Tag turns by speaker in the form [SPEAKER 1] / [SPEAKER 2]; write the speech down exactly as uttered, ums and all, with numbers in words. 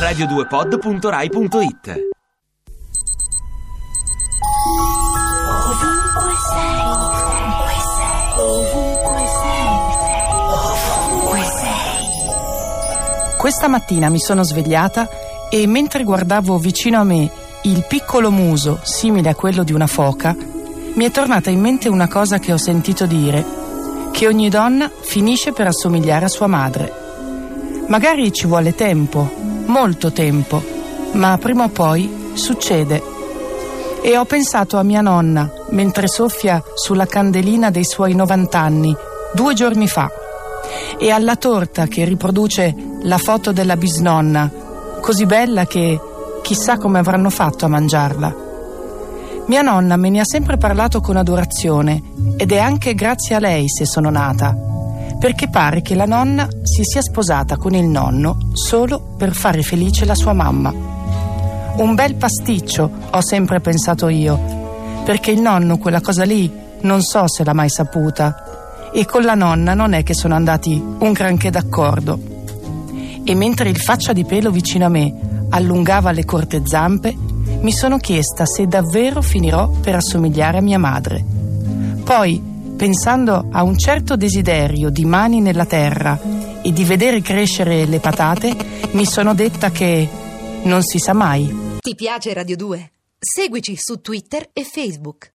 [SPEAKER 1] radio due pod punto rai punto it.
[SPEAKER 2] Ovunque sei, ovunque sei, ovunque sei, ovunque sei.
[SPEAKER 3] Questa mattina mi sono svegliata e mentre guardavo vicino a me il piccolo muso simile a quello di una foca, mi è tornata in mente una cosa che ho sentito dire, che ogni donna finisce per assomigliare a sua madre. Magari ci vuole tempo, molto tempo, ma prima o poi succede. E ho pensato a mia nonna mentre soffia sulla candelina dei suoi novant'anni, due giorni fa, e alla torta che riproduce la foto della bisnonna, così bella che chissà come avranno fatto a mangiarla. Mia nonna me ne ha sempre parlato con adorazione ed è anche grazie a lei se sono nata, perché pare che la nonna si sia sposata con il nonno solo per fare felice la sua mamma. Un bel pasticcio, ho sempre pensato io, perché il nonno quella cosa lì non so se l'ha mai saputa e con la nonna non è che sono andati un granché d'accordo. E mentre il faccia di pelo vicino a me allungava le corte zampe, mi sono chiesta se davvero finirò per assomigliare a mia madre. Poi, pensando a un certo desiderio di mani nella terra e di vedere crescere le patate, mi sono detta che non si sa mai.
[SPEAKER 4] Ti piace Radio due? Seguici su Twitter e Facebook.